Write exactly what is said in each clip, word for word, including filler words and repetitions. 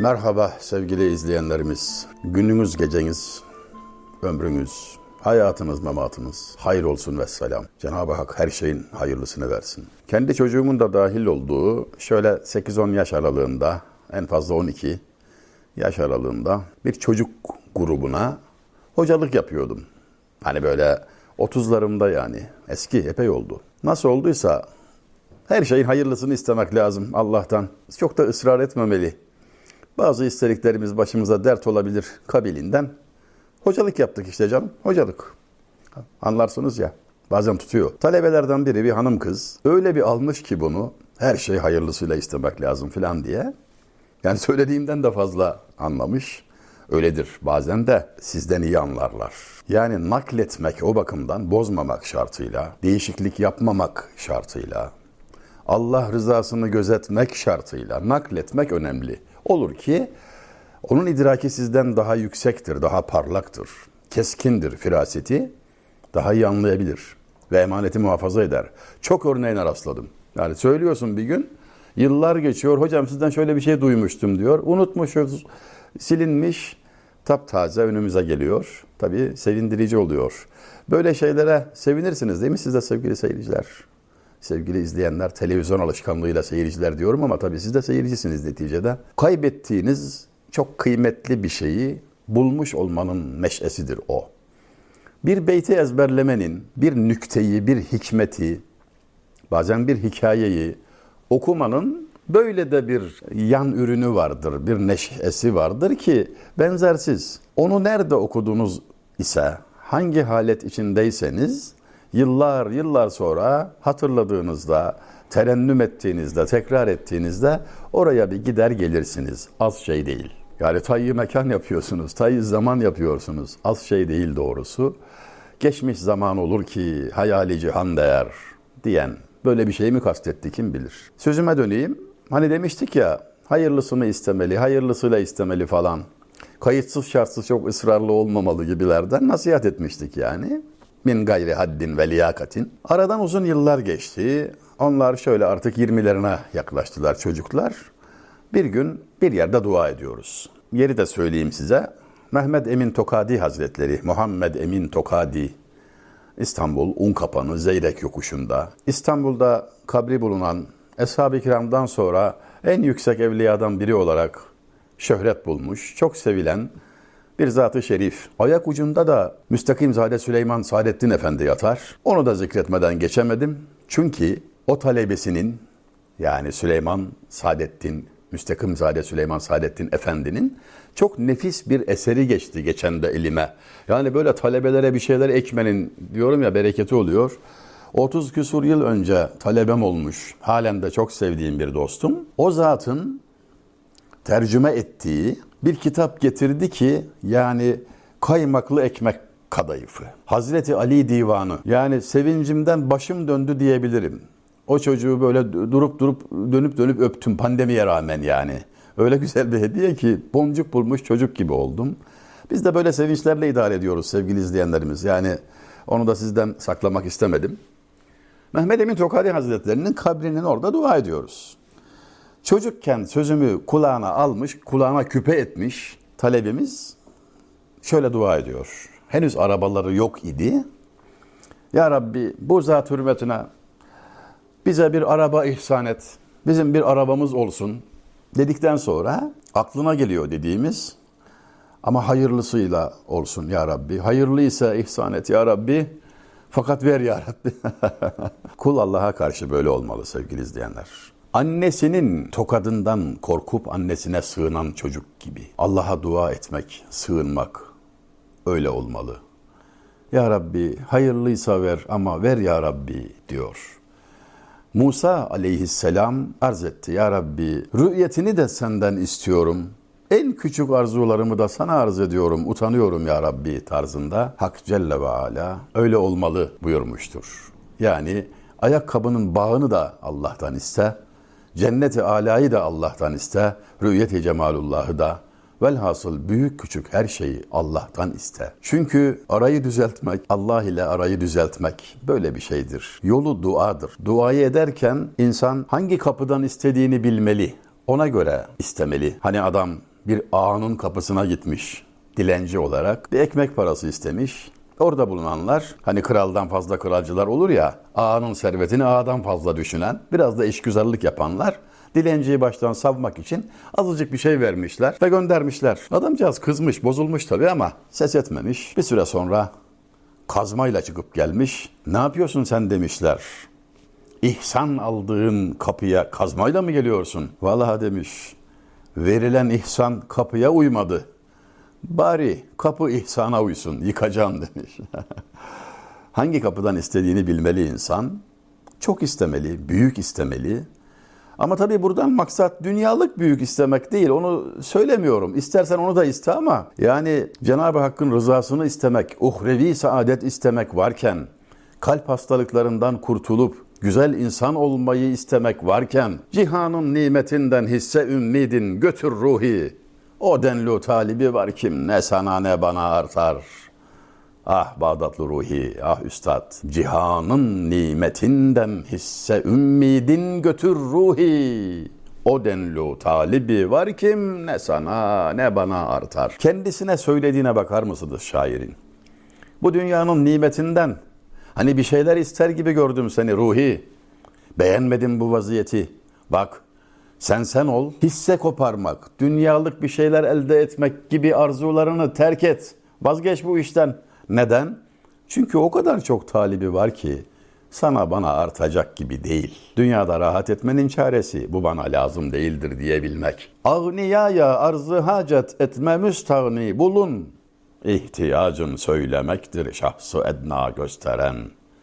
Merhaba sevgili izleyenlerimiz. Gününüz, geceniz, ömrünüz, hayatınız, mematınız hayır olsun ve selam. Cenab-ı Hak her şeyin hayırlısını versin. Kendi çocuğumun da dahil olduğu şöyle sekiz on yaş aralığında, en fazla on iki yaş aralığında bir çocuk grubuna hocalık yapıyordum. Hani böyle otuzlarımda, yani eski, epey oldu. Nasıl olduysa her şeyin hayırlısını istemek lazım Allah'tan. Çok da ısrar etmemeli. Bazı istediklerimiz başımıza dert olabilir kabilinden. Hocalık yaptık işte canım, hocalık. Anlarsınız ya, bazen tutuyor. Talebelerden biri, bir hanım kız, öyle bir almış ki bunu, her şey hayırlısıyla istemek lazım falan diye. Yani söylediğimden de fazla anlamış. Öyledir, bazen de sizden iyi anlarlar. Yani nakletmek o bakımdan, bozmamak şartıyla, değişiklik yapmamak şartıyla, Allah rızasını gözetmek şartıyla nakletmek önemli. Olur ki onun idraki sizden daha yüksektir, daha parlaktır, keskindir firaseti, daha iyi anlayabilir ve emaneti muhafaza eder. Çok örneğine rastladım. Yani söylüyorsun bir gün, yıllar geçiyor, hocam sizden şöyle bir şey duymuştum diyor. Unutmuşuz, silinmiş, taptaze önümüze geliyor. Tabii sevindirici oluyor. Böyle şeylere sevinirsiniz değil mi siz de sevgili seyirciler? Sevgili izleyenler, televizyon alışkanlığıyla seyirciler diyorum ama tabii siz de seyircisiniz neticede. Kaybettiğiniz çok kıymetli bir şeyi bulmuş olmanın neşesidir o. Bir beyti ezberlemenin, bir nükteyi, bir hikmeti, bazen bir hikayeyi okumanın böyle de bir yan ürünü vardır, bir neşesi vardır ki benzersiz. Onu nerede okudunuz ise, hangi halet içindeyseniz, yıllar yıllar sonra hatırladığınızda, terennüm ettiğinizde, tekrar ettiğinizde oraya bir gider gelirsiniz. Az şey değil. Yani tayyi mekan yapıyorsunuz, tayyi zaman yapıyorsunuz. Az şey değil doğrusu. Geçmiş zaman olur ki hayali cihan değer diyen böyle bir şey mi kastetti kim bilir. Sözüme döneyim. Hani demiştik ya, hayırlısını istemeli, hayırlısıyla istemeli falan. Kayıtsız şartsız çok ısrarlı olmamalı gibilerden nasihat etmiştik yani. Min gayri haddin ve liyakatin. Aradan uzun yıllar geçti. Onlar şöyle artık yirmilerine yaklaştılar çocuklar. Bir gün bir yerde dua ediyoruz. Yeri de söyleyeyim size. Mehmet Emin Tokadi Hazretleri, Muhammed Emin Tokadi, İstanbul Unkapanı Zeyrek yokuşunda. İstanbul'da kabri bulunan Eshab-ı Kiram'dan sonra en yüksek evliyadan biri olarak şöhret bulmuş, çok sevilen bir zat-ı şerif. Ayak ucunda da Müstakimzade Süleyman Saadettin Efendi yatar. Onu da zikretmeden geçemedim. Çünkü o talebesinin, yani Süleyman Saadettin, Müstakimzade Süleyman Saadettin Efendi'nin çok nefis bir eseri geçti geçen de elime. Yani böyle talebelere bir şeyler ekmenin, diyorum ya, bereketi oluyor. otuz küsur yıl önce talebem olmuş, halen de çok sevdiğim bir dostum. O zatın tercüme ettiği bir kitap getirdi ki, yani kaymaklı ekmek kadayıfı. Hazreti Ali Divanı. Yani sevincimden başım döndü diyebilirim. O çocuğu böyle durup durup dönüp dönüp öptüm pandemiye rağmen yani. Öyle güzel bir hediye ki boncuk bulmuş çocuk gibi oldum. Biz de böyle sevinçlerle idare ediyoruz sevgili izleyenlerimiz. Yani onu da sizden saklamak istemedim. Mehmet Emin Tokadi Hazretleri'nin kabrinin orada dua ediyoruz. Çocukken sözümü kulağına almış, kulağına küpe etmiş talebimiz şöyle dua ediyor. Henüz arabaları yok idi. Ya Rabbi, bu zat hürmetine bize bir araba ihsan et. Bizim bir arabamız olsun dedikten sonra aklına geliyor dediğimiz, ama hayırlısıyla olsun ya Rabbi. Hayırlıysa ihsan et ya Rabbi. Fakat ver ya Rabbi. Kul Allah'a karşı böyle olmalı sevgili izleyenler. Annesinin tokadından korkup annesine sığınan çocuk gibi. Allah'a dua etmek, sığınmak öyle olmalı. Ya Rabbi hayırlıysa ver ama ver ya Rabbi diyor. Musa aleyhisselam arz etti. Ya Rabbi rü'yetini de senden istiyorum. En küçük arzularımı da sana arz ediyorum. Utanıyorum ya Rabbi tarzında. Hak Celle ve Ala öyle olmalı buyurmuştur. Yani ayakkabının bağını da Allah'tan iste. Cennet-i âlâyı da Allah'tan iste. Rü'yet-i cemalullahı da. Velhasıl büyük küçük her şeyi Allah'tan iste. Çünkü arayı düzeltmek, Allah ile arayı düzeltmek böyle bir şeydir. Yolu duadır. Duayı ederken insan hangi kapıdan istediğini bilmeli. Ona göre istemeli. Hani adam bir ağanın kapısına gitmiş dilenci olarak. Bir ekmek parası istemiş. Orada bulunanlar, hani kraldan fazla kralcılar olur ya, ağanın servetini ağadan fazla düşünen, biraz da işgüzarlık yapanlar, dilenciyi baştan savmak için azıcık bir şey vermişler ve göndermişler. Adamcağız kızmış, bozulmuş tabii ama ses etmemiş. Bir süre sonra kazmayla çıkıp gelmiş. Ne yapıyorsun sen demişler. İhsan aldığın kapıya kazmayla mı geliyorsun? Vallahi demiş, verilen ihsan kapıya uymadı. Bari kapı ihsana uysun, yıkacağım demiş. Hangi kapıdan istediğini bilmeli insan. Çok istemeli, büyük istemeli. Ama tabii buradan maksat dünyalık büyük istemek değil, onu söylemiyorum. İstersen onu da iste ama yani Cenab-ı Hakk'ın rızasını istemek, uhrevi saadet istemek varken, kalp hastalıklarından kurtulup güzel insan olmayı istemek varken, cihanın nimetinden hisse ümmidin götür ruhi, o denli talibi var kim, ne sana ne bana artar. Ah Bağdatlı Ruhi, ah Üstad, cihanın nimetinden hisse ümmidin götür ruhi. O denli talibi var kim, ne sana ne bana artar. Kendisine söylediğine bakar mısınız şairin? Bu dünyanın nimetinden, hani bir şeyler ister gibi gördüm seni Ruhi. Beğenmedim bu vaziyeti. Bak, sen sen ol, hisse koparmak, dünyalık bir şeyler elde etmek gibi arzularını terk et. Vazgeç bu işten. Neden? Çünkü o kadar çok talibi var ki sana bana artacak gibi değil. Dünyada rahat etmenin çaresi bu bana lazım değildir diyebilmek. Ağniyaya arzı hacet etme müstağni bulun. İhtiyacın söylemektir şahsı edna gösteren.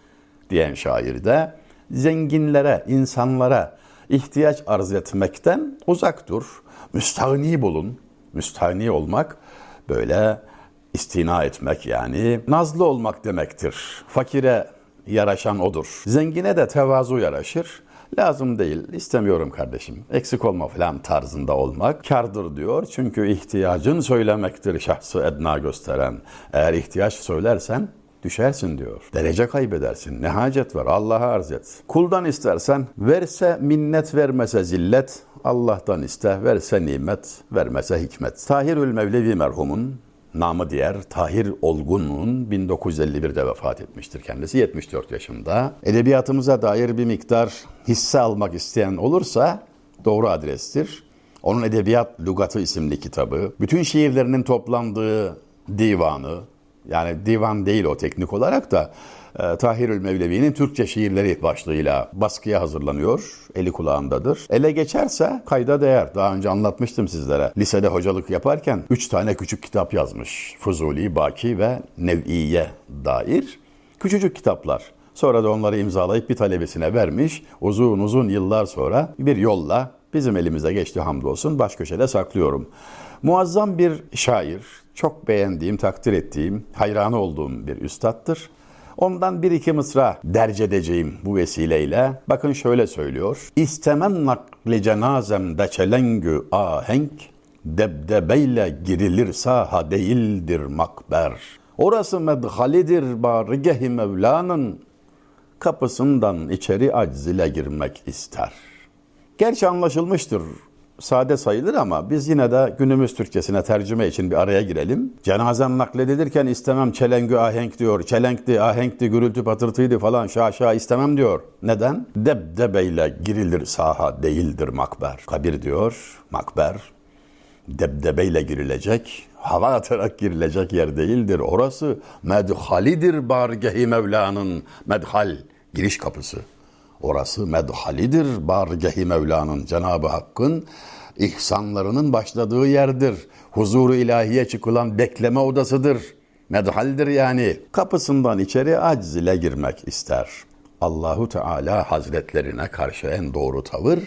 Diyen şair de zenginlere, insanlara ihtiyaç arz etmekten uzak dur. Müstağni bulun. Müstağni olmak böyle istina etmek, yani nazlı olmak demektir. Fakire yaraşan odur. Zengine de tevazu yaraşır. Lazım değil, istemiyorum kardeşim, eksik olma falan tarzında olmak kârdır diyor. Çünkü ihtiyacın söylemektir şahsı edna gösteren. Eğer ihtiyaç söylersen düşersin diyor. Derece kaybedersin. Ne hacet var? Allah'a arz et. Kuldan istersen verse minnet, vermese zillet. Allah'tan iste, verse nimet, vermese hikmet. Tahirül Mevlevi merhumun, namı diğer Tahir Olgun'un bin dokuz yüz elli birde vefat etmiştir kendisi, yetmiş dört yaşında. Edebiyatımıza dair bir miktar hisse almak isteyen olursa doğru adrestir. Onun Edebiyat Lügatı isimli kitabı, bütün şiirlerinin toplandığı divanı, yani divan değil o teknik olarak da, e, Tahirül Mevlevi'nin Türkçe şiirleri başlığıyla baskıya hazırlanıyor. Eli kulağındadır. Ele geçerse kayda değer. Daha önce anlatmıştım sizlere. Lisede hocalık yaparken üç tane küçük kitap yazmış. Fuzuli, Baki ve Nev'iye dair. Küçücük kitaplar. Sonra da onları imzalayıp bir talebesine vermiş. Uzun uzun yıllar sonra bir yolla bizim elimize geçti hamdolsun. Baş köşede saklıyorum. Muazzam bir şair, çok beğendiğim, takdir ettiğim, hayranı olduğum bir üstattır. Ondan bir iki mısra derc edeceğim bu vesileyle. Bakın şöyle söylüyor. İstemem nakli cenazemde çelengü ahenk, debdebeyle girilir saha değildir makber. Orası medhalidir bargeh-i Mevla'nın, kapısından içeri acz ile girmek ister. Gerçi anlaşılmıştır, sade sayılır ama biz yine de günümüz Türkçesine tercüme için bir araya girelim. Cenazem nakledilirken istemem çelengü ahenk diyor. Çelenkti, ahenkti, gürültü patırtıydı falan, şaşa istemem diyor. Neden? Debdebeyle girilir saha değildir makber. Kabir diyor, makber debdebeyle girilecek, hava atarak girilecek yer değildir. Orası medhalidir bargeh-i Mevla'nın, medhal, giriş kapısı. Orası medhalidir bargeh-i Mevla'nın, Cenab-ı Hakk'ın ihsanlarının başladığı yerdir. Huzuru ilahiye çıkılan bekleme odasıdır. Medhaldir yani. Kapısından içeri acz ile girmek ister. Allahu Teala Hazretlerine karşı en doğru tavır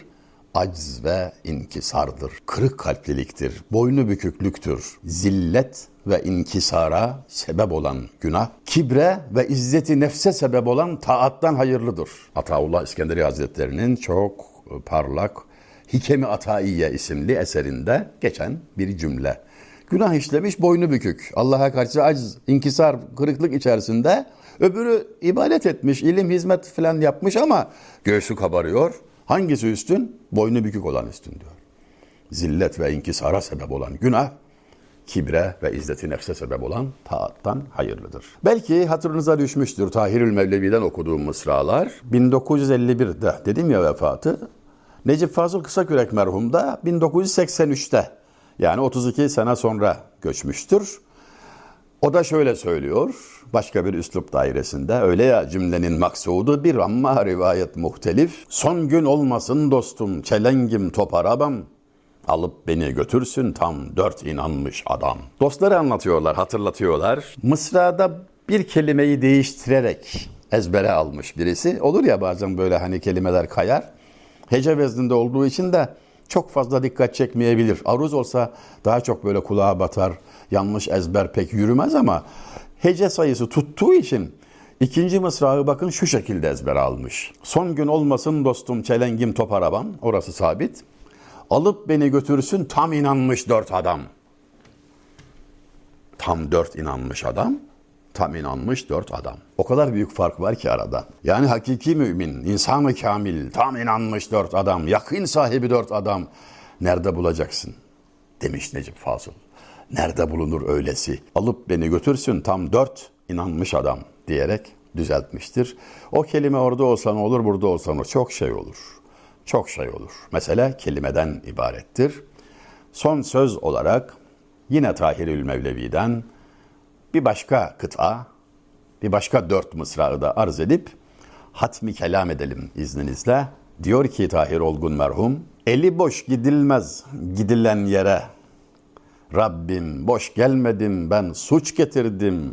acz ve inkisardır. Kırık kalpliliktir, boynu büküklüktür. Zillet ve inkisara sebep olan günah, kibre ve izzeti nefse sebep olan taattan hayırlıdır. Ataullah İskenderi Hazretleri'nin çok parlak Hikem-i Ataiye isimli eserinde geçen bir cümle. Günah işlemiş, boynu bükük, Allah'a karşı acz, inkisar, kırıklık içerisinde. Öbürü ibadet etmiş, ilim, hizmet falan yapmış ama göğsü kabarıyor. Hangisi üstün? Boynu bükük olan üstün diyor. zillet ve inkisara sebep olan günah, kibre ve izzeti nefse sebep olan taattan hayırlıdır. Belki hatırınıza düşmüştür Tahirül Mevlevi'den okuduğum mısralar. bin dokuz yüz elli birde dedim ya vefatı. Necip Fazıl Kısakürek merhum da bin dokuz yüz seksen üçte yani otuz iki sene sonra göçmüştür. O da şöyle söylüyor başka bir üslup dairesinde. Öyle ya cümlenin maksudu bir amma rivayet muhtelif. Son gün olmasın dostum çelengim top arabam. Alıp beni götürsün tam dört inanmış adam. Dostları anlatıyorlar, hatırlatıyorlar. Mısrada bir kelimeyi değiştirerek ezbere almış birisi. Olur ya bazen böyle hani kelimeler kayar. Hece vezninde olduğu için de çok fazla dikkat çekmeyebilir. Aruz olsa daha çok böyle kulağa batar. Yanlış ezber pek yürümez ama hece sayısı tuttuğu için ikinci mısrağı bakın şu şekilde ezber almış. Son gün olmasın dostum çelengim top arabam. Orası sabit. Alıp beni götürsün tam inanmış dört adam. Tam dört inanmış adam. Tam inanmış dört adam. O kadar büyük fark var ki arada. Yani hakiki mümin, insan-ı kamil, tam inanmış dört adam, yakın sahibi dört adam. Nerede bulacaksın? Demiş Necip Fazıl. Nerede bulunur öylesi? Alıp beni götürsün tam dört inanmış adam diyerek düzeltmiştir. O kelime orada olsa ne olur, burada olsa ne olur? Çok şey olur. Çok şey olur. Mesele kelimeden ibarettir. Son söz olarak yine Tahirül Mevlevi'den bir başka kıta, bir başka dört mısrağı da arz edip hatmi kelam edelim izninizle. Diyor ki Tahir Olgun merhum, eli boş gidilmez gidilen yere. Rabbim boş gelmedim ben suç getirdim.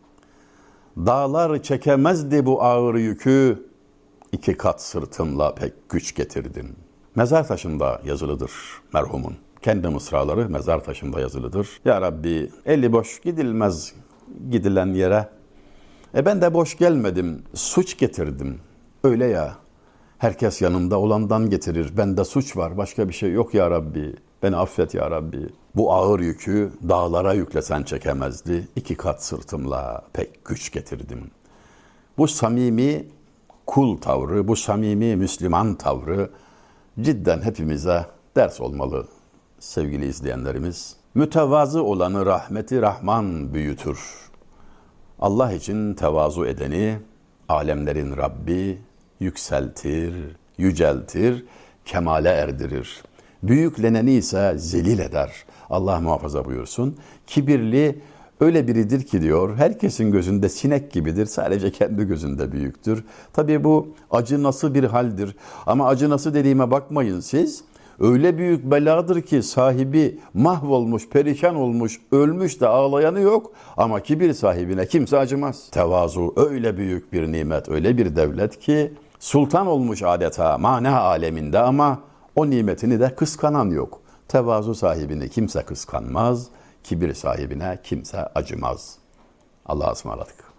Dağlar çekemezdi bu ağır yükü. İki kat sırtımla pek güç getirdim. Mezar taşında yazılıdır merhumun. Kendi mısraları mezar taşında yazılıdır. Ya Rabbi eli boş gidilmez gidilen yere. E ben de boş gelmedim, suç getirdim. Öyle ya, herkes yanında olandan getirir. Bende suç var, başka bir şey yok ya Rabbi. Beni affet ya Rabbi. Bu ağır yükü dağlara yüklesen çekemezdi. İki kat sırtımla pek güç getirdim. Bu samimi kul tavrı, bu samimi Müslüman tavrı cidden hepimize ders olmalı sevgili izleyenlerimiz. Mütevazı olanı rahmeti Rahman büyütür. Allah için tevazu edeni alemlerin Rabbi yükseltir, yüceltir, kemale erdirir. Büyükleneni ise zelil eder. Allah muhafaza buyursun. Kibirli öyle biridir ki diyor, herkesin gözünde sinek gibidir, sadece kendi gözünde büyüktür. Tabii bu acı nasıl bir haldir ama acı nasıl dediğime bakmayın siz. Öyle büyük beladır ki sahibi mahvolmuş, perişan olmuş, ölmüş de ağlayanı yok ama kibir sahibine kimse acımaz. Tevazu öyle büyük bir nimet, öyle bir devlet ki sultan olmuş adeta mana aleminde ama o nimetini de kıskanan yok. Tevazu sahibini kimse kıskanmaz, kibir sahibine kimse acımaz. Allah'a ısmarladık.